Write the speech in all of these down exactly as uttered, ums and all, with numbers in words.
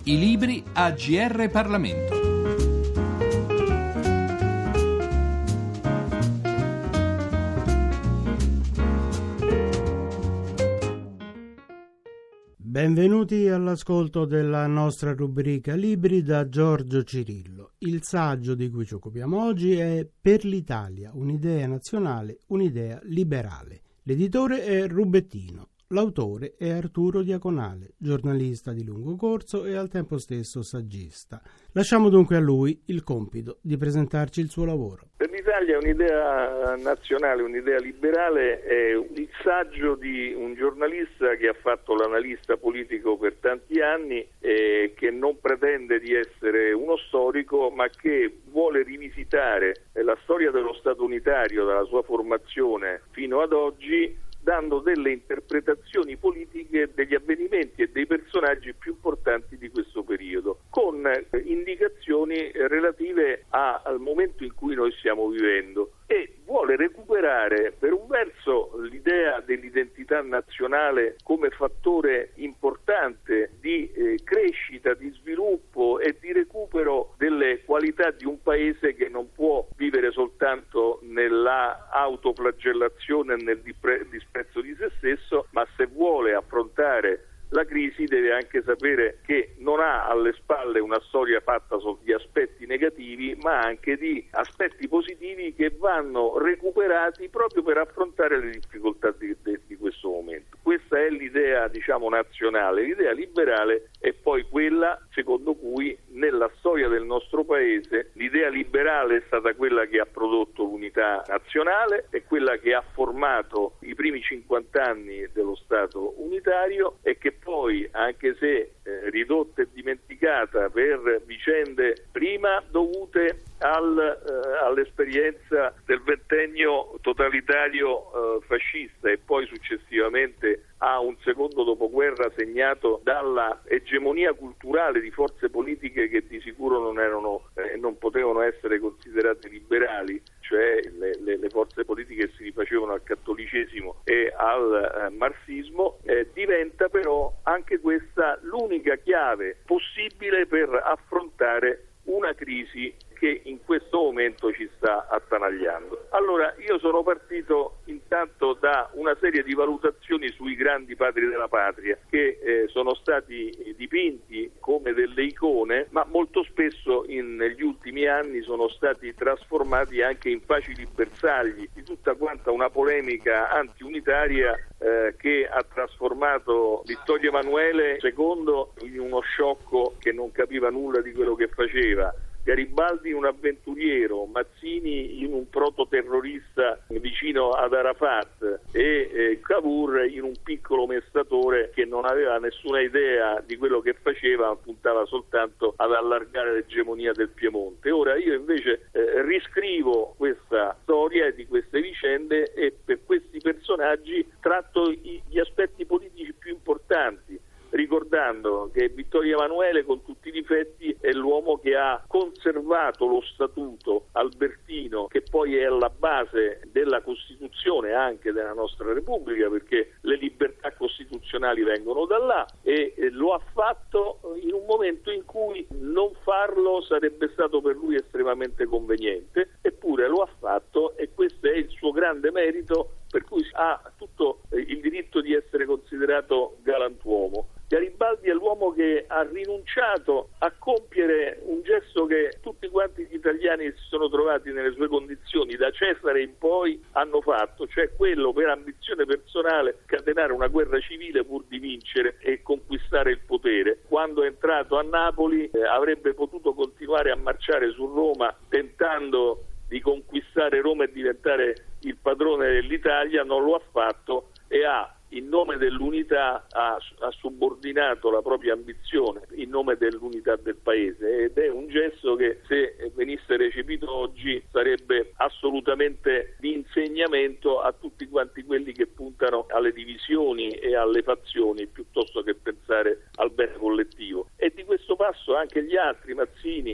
I libri a G R Parlamento. Benvenuti all'ascolto della nostra rubrica Libri da Giorgio Cirillo. Il saggio di cui ci occupiamo oggi è Per l'Italia, un'idea nazionale, un'idea liberale. L'editore è Rubettino. L'autore è Arturo Diaconale, giornalista di lungo corso e al tempo stesso saggista. Lasciamo dunque a lui il compito di presentarci il suo lavoro. Per l'Italia è un'idea nazionale, un'idea liberale, è il saggio di un giornalista che ha fatto l'analista politico per tanti anni e che non pretende di essere uno storico, ma che vuole rivisitare la storia dello Stato unitario dalla sua formazione fino ad oggi, dando delle interpretazioni politiche degli avvenimenti e dei personaggi più importanti di questo periodo, con indicazioni relative a, al momento in cui noi stiamo vivendo, e vuole recuperare per un verso l'idea dell'identità nazionale come fattore importante di eh, crescita, di sviluppo e di recupero delle qualità di un paese che non può vivere soltanto nella autoflagellazione e nel disprezzo di se stesso, ma se vuole affrontare la crisi deve anche sapere che non ha alle spalle una storia fatta solo di aspetti negativi, ma anche di aspetti positivi che vanno recuperati proprio per affrontare le difficoltà di, di, di questo momento. Questa è l'idea, diciamo, nazionale. L'idea liberale è poi quella secondo cui nella storia del nostro paese l'idea liberale è stata quella che ha prodotto l'unità nazionale, è quella che ha formato i primi cinquanta anni dello Stato unitario e che poi, anche se eh, ridotta e dimenticata per vicende prima dovute al, eh, all'esperienza del ventennio totalitario eh, fascista e poi successivamente a un secondo dopoguerra segnato dalla egemonia culturale di forze politiche che di sicuro non erano e eh, non potevano essere considerate liberali, cioè le, le, le forze politiche che si rifacevano al cattolicesimo e al eh, marxismo, eh, diventa però anche questa l'unica chiave possibile per affrontare una crisi che in questo momento ci sta attanagliando. Allora, io sono partito intanto da una serie di valutazioni sui grandi padri della patria che eh, sono stati dipinti come delle icone, ma molto spesso in, negli ultimi anni sono stati trasformati anche in facili bersagli di tutta quanta una polemica antiunitaria eh, che ha trasformato Vittorio Emanuele secondo in uno sciocco che non capiva nulla di quello che faceva, Garibaldi in un avventuriero, Mazzini in un prototerrorista vicino ad Arafat e eh, Cavour in un piccolo mestatore che non aveva nessuna idea di quello che faceva, ma puntava soltanto ad allargare l'egemonia del Piemonte. Ora io invece eh, riscrivo questa storia e di queste vicende e per questi personaggi tratto i, gli aspetti politici più importanti, ricordando che Vittorio Emanuele, con tutti i difetti, è l'uomo che ha conservato lo statuto albertino, che poi è alla base della Costituzione anche della nostra Repubblica, perché le libertà costituzionali vengono da là, e lo ha fatto in un momento in cui non farlo sarebbe stato per lui estremamente conveniente, eppure lo ha fatto e questo è il suo grande merito, per cui ha tutto il diritto di essere considerato galantuomo. Garibaldi è l'uomo che ha rinunciato a compiere un gesto che tutti quanti gli italiani si sono trovati nelle sue condizioni da Cesare in poi hanno fatto, cioè quello per ambizione personale scatenare una guerra civile pur di vincere e conquistare il potere. Quando è entrato a Napoli eh, avrebbe potuto continuare a marciare su Roma tentando di conquistare Roma e diventare il padrone dell'Italia, non lo ha fatto e ha, in nome dell'unità, ha, ha subordinato la propria ambizione in nome dell'unità del paese, ed è un gesto che, se venisse recepito oggi, sarebbe assolutamente di insegnamento a tutti quanti quelli che puntano alle divisioni e alle fazioni piuttosto che pensare al bene collettivo. E di questo passo anche gli altri, Mazzini,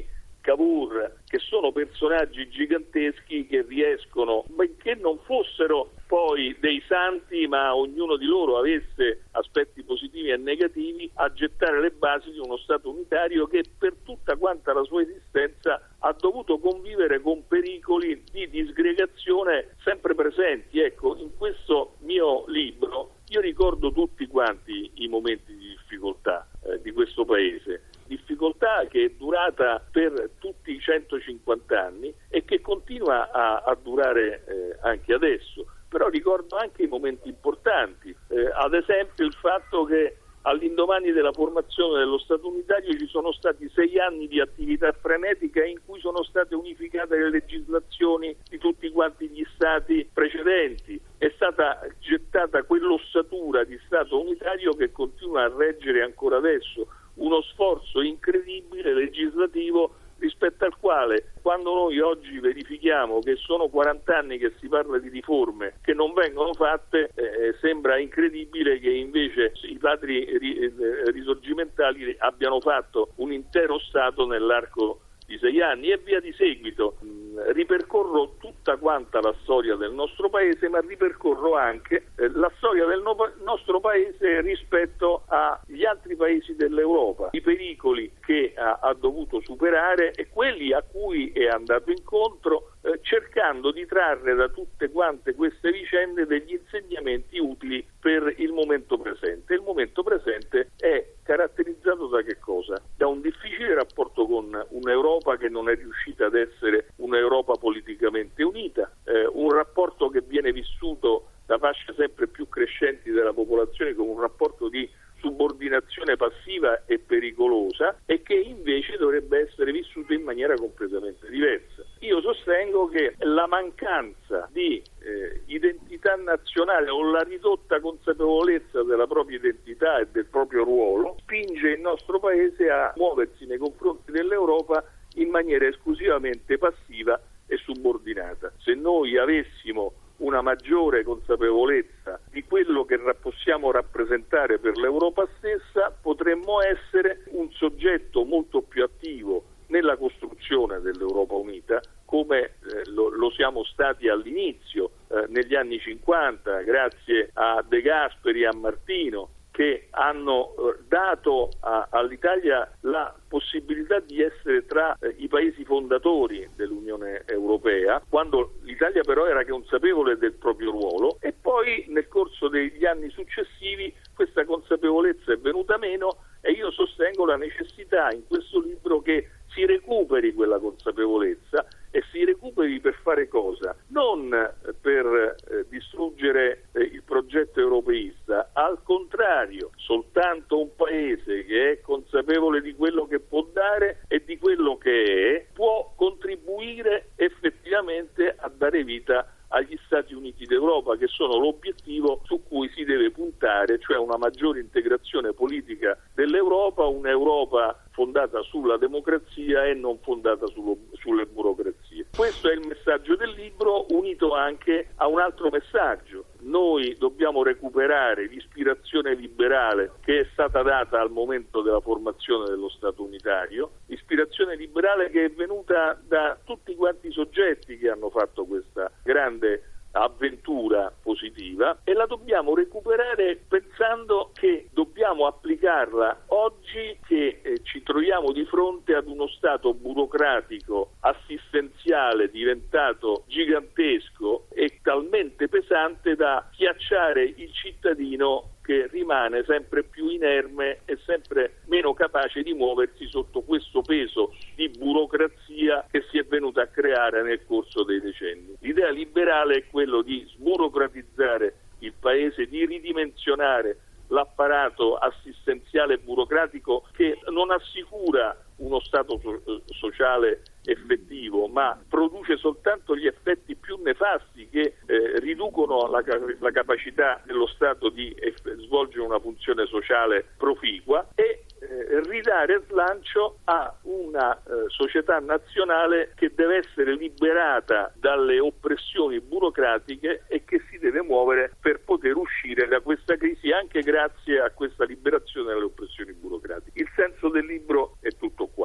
Cavour, che sono personaggi giganteschi che riescono, benché non fossero poi dei santi, ma ognuno di loro avesse aspetti positivi e negativi, a gettare le basi di uno Stato unitario che per tutta quanta la sua esistenza ha dovuto convivere con pericoli di disgregazione sempre presenti. Ecco, in questo mio libro io ricordo tutti quanti i momenti di difficoltà eh, di questo Paese, difficoltà che è durata per tutti i centocinquanta anni e che continua a, a durare eh, anche adesso. Però ricordo anche i momenti importanti, eh, ad esempio il fatto che all'indomani della formazione dello Stato unitario ci sono stati sei anni di attività frenetica in cui sono state unificate le legislazioni di tutti quanti gli Stati precedenti. È stata gettata quell'ossatura di Stato unitario che continua a reggere ancora adesso, uno sforzo incredibile legislativo rispetto al quale, quando noi oggi verifichiamo che sono quaranta anni che si parla di riforme che non vengono fatte, eh, sembra incredibile che invece i padri risorgimentali abbiano fatto un intero Stato nell'arco di sei anni e via di seguito. Ripercorro tutta quanta la storia del nostro paese, ma ripercorro anche eh, la storia del no- nostro paese rispetto agli altri paesi dell'Europa, i pericoli che ha, ha dovuto superare e quelli a cui è andato incontro, eh, cercando di trarre da tutte quante queste vicende degli insegnamenti utili per il momento presente. Il momento presente è caratterizzato da che cosa? Da un difficile rapporto con un'Europa che non è riuscita ad essere un'Europa politicamente unita, eh, un rapporto che viene vissuto da fasce sempre più crescenti della popolazione come un rapporto di subordinazione passiva e pericolosa e che invece dovrebbe essere vissuto in maniera completamente diversa. Io sostengo che la mancanza di eh, identità nazionale o la ridotta consapevolezza della propria identità e del proprio ruolo spinge il nostro paese a muoversi nei confronti dell'Europa in maniera esclusivamente passiva e subordinata. Se noi avessimo una maggiore consapevolezza di quello che possiamo rappresentare per l'Europa stessa, potremmo essere un soggetto molto più attivo nella costruzione dell'Europa unita, come eh, lo, lo siamo stati all'inizio, eh, negli anni cinquanta, grazie a De Gasperi e a Martino, che hanno eh, dato a, all'Italia la possibilità di essere tra eh, i paesi fondatori dell'Unione Europea, quando l'Italia però era consapevole del proprio ruolo, e poi nel corso degli anni successivi questa consapevolezza è venuta meno e io sostengo la necessità in questo libro che si recuperi quella consapevolezza e si recuperi per fare cosa? Non per eh, distruggere eh, il progetto europeista, al contrario, soltanto un paese che è consapevole di quello che può dare e di quello che è può contribuire effettivamente a dare vita agli Stati Uniti d'Europa, che sono l'obiettivo su cui si deve puntare, cioè una maggiore integrazione politica dell'Europa, un'Europa fondata sulla democrazia e non fondata sullo, sulle burocrazie. Questo è il messaggio del libro, unito anche a un altro messaggio. Noi dobbiamo recuperare l'ispirazione liberale che è stata data al momento della formazione dello Stato unitario, ispirazione liberale che è venuta da tutti quanti i soggetti che hanno fatto questa grande avventura positiva, e la dobbiamo recuperare pensando che dobbiamo applicarla oggi che eh, ci troviamo di fronte ad uno Stato burocratico, assistenziale, diventato gigantesco e talmente pesante da schiacciare il cittadino, che rimane sempre più inerme e sempre meno capace di muoversi sotto questo peso di burocrazia che si è venuta a creare nel corso dei decenni. L'idea liberale è quello di sburocratizzare il paese, di ridimensionare l'apparato assistenziale e burocratico che non assicura uno stato so- sociale effettivo, ma produce soltanto gli effetti più nefasti che eh, riducono la, la capacità dello Stato di eff- svolgere una funzione sociale proficua, e eh, ridare slancio a una eh, società nazionale che deve essere liberata dalle oppressioni burocratiche e che si deve muovere per poter uscire da questa crisi anche grazie a questa liberazione dalle oppressioni burocratiche. Il senso del libro è tutto qua.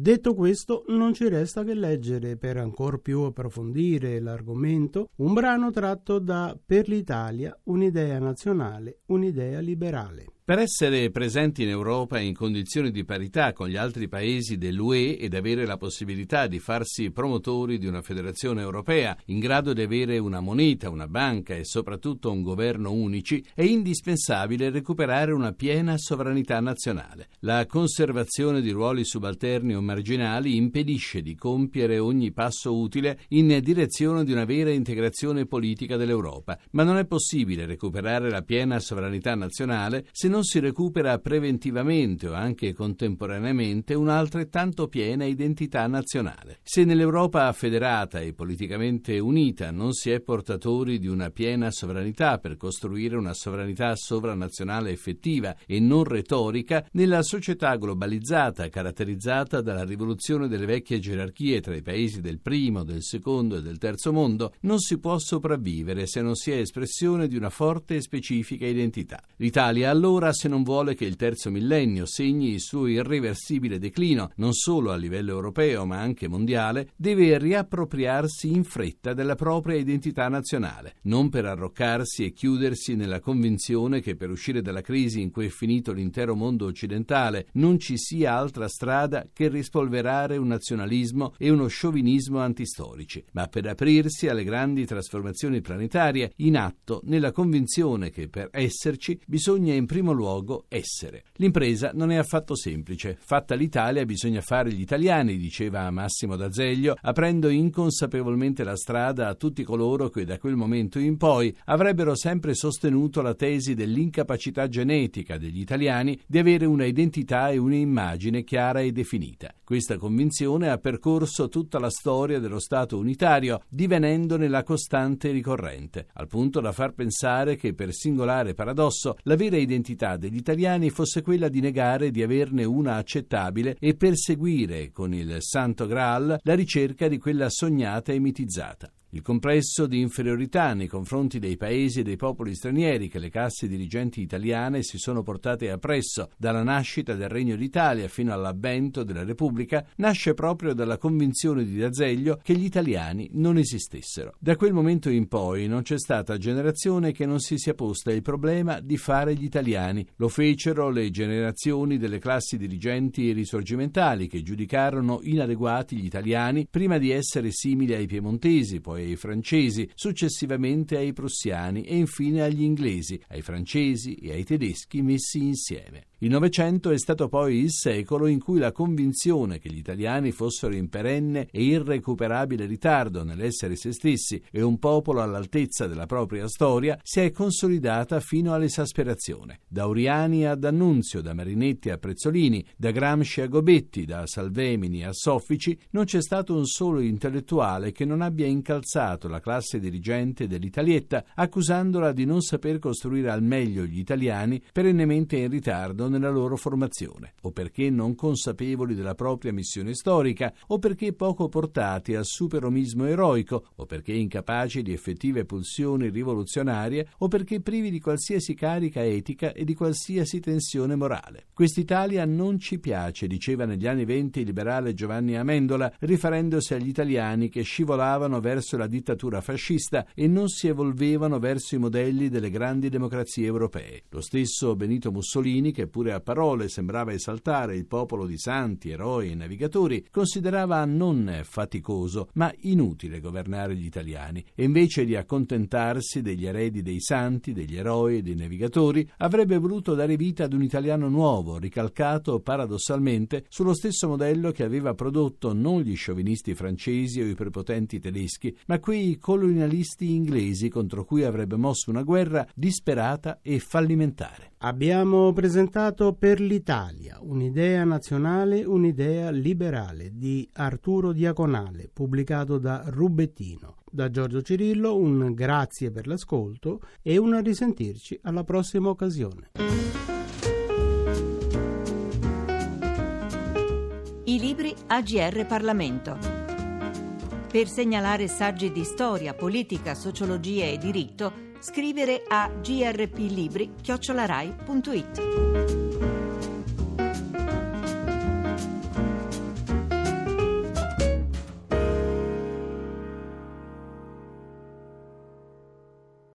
Detto questo, non ci resta che leggere, per ancor più approfondire l'argomento, un brano tratto da Per l'Italia, un'idea nazionale, un'idea liberale. Per essere presenti in Europa in condizioni di parità con gli altri paesi dell'U E ed avere la possibilità di farsi promotori di una federazione europea in grado di avere una moneta, una banca e soprattutto un governo unici, è indispensabile recuperare una piena sovranità nazionale. La conservazione di ruoli subalterni o marginali impedisce di compiere ogni passo utile in direzione di una vera integrazione politica dell'Europa, ma non è possibile recuperare la piena sovranità nazionale se non si recupera preventivamente o anche contemporaneamente un'altrettanto piena identità nazionale. Se nell'Europa federata e politicamente unita non si è portatori di una piena sovranità per costruire una sovranità sovranazionale effettiva e non retorica, nella società globalizzata caratterizzata dalla rivoluzione delle vecchie gerarchie tra i paesi del primo, del secondo e del terzo mondo, non si può sopravvivere se non si è espressione di una forte e specifica identità. L'Italia allora, se non vuole che il terzo millennio segni il suo irreversibile declino, non solo a livello europeo ma anche mondiale, deve riappropriarsi in fretta della propria identità nazionale, non per arroccarsi e chiudersi nella convinzione che per uscire dalla crisi in cui è finito l'intero mondo occidentale non ci sia altra strada che rispolverare un nazionalismo e uno sciovinismo antistorici, ma per aprirsi alle grandi trasformazioni planetarie in atto nella convinzione che per esserci bisogna in primo luogo essere. L'impresa non è affatto semplice. Fatta l'Italia bisogna fare gli italiani, diceva Massimo d'Azeglio, aprendo inconsapevolmente la strada a tutti coloro che da quel momento in poi avrebbero sempre sostenuto la tesi dell'incapacità genetica degli italiani di avere una identità e un'immagine chiara e definita. Questa convinzione ha percorso tutta la storia dello Stato unitario, divenendone la costante ricorrente, al punto da far pensare che, per singolare paradosso, la vera identità degli italiani fosse quella di negare di averne una accettabile e perseguire con il Santo Graal la ricerca di quella sognata e mitizzata. Il complesso di inferiorità nei confronti dei paesi e dei popoli stranieri che le casse dirigenti italiane si sono portate appresso dalla nascita del Regno d'Italia fino all'avvento della Repubblica nasce proprio dalla convinzione di D'Azeglio che gli italiani non esistessero. Da quel momento in poi non c'è stata generazione che non si sia posta il problema di fare gli italiani. Lo fecero le generazioni delle classi dirigenti risorgimentali che giudicarono inadeguati gli italiani prima di essere simili ai piemontesi, poi ai francesi, successivamente ai prussiani e infine agli inglesi, ai francesi e ai tedeschi messi insieme. Il Novecento è stato poi il secolo in cui la convinzione che gli italiani fossero in perenne e irrecuperabile ritardo nell'essere se stessi e un popolo all'altezza della propria storia si è consolidata fino all'esasperazione. Da Oriani a D'Annunzio, da Marinetti a Prezzolini, da Gramsci a Gobetti, da Salvemini a Soffici, non c'è stato un solo intellettuale che non abbia incalzato la classe dirigente dell'Italietta, accusandola di non saper costruire al meglio gli italiani, perennemente in ritardo nella loro formazione, o perché non consapevoli della propria missione storica, o perché poco portati al superomismo eroico, o perché incapaci di effettive pulsioni rivoluzionarie, o perché privi di qualsiasi carica etica e di qualsiasi tensione morale. Quest'Italia non ci piace, diceva negli anni venti il liberale Giovanni Amendola, riferendosi agli italiani che scivolavano verso la dittatura fascista e non si evolvevano verso i modelli delle grandi democrazie europee. Lo stesso Benito Mussolini, che pure a parole sembrava esaltare il popolo di santi, eroi e navigatori, considerava non faticoso ma inutile governare gli italiani e invece di accontentarsi degli eredi dei santi, degli eroi e dei navigatori avrebbe voluto dare vita ad un italiano nuovo, ricalcato paradossalmente sullo stesso modello che aveva prodotto non gli sciovinisti francesi o i prepotenti tedeschi, ma quei colonialisti inglesi contro cui avrebbe mosso una guerra disperata e fallimentare. Abbiamo presentato Per l'Italia, un'idea nazionale, un'idea liberale di Arturo Diaconale, pubblicato da Rubettino. Da Giorgio Cirillo un grazie per l'ascolto e un risentirci alla prossima occasione. I libri A G R Parlamento. Per segnalare saggi di storia, politica, sociologia e diritto, scrivere a grplibri chiocciola rai punto it.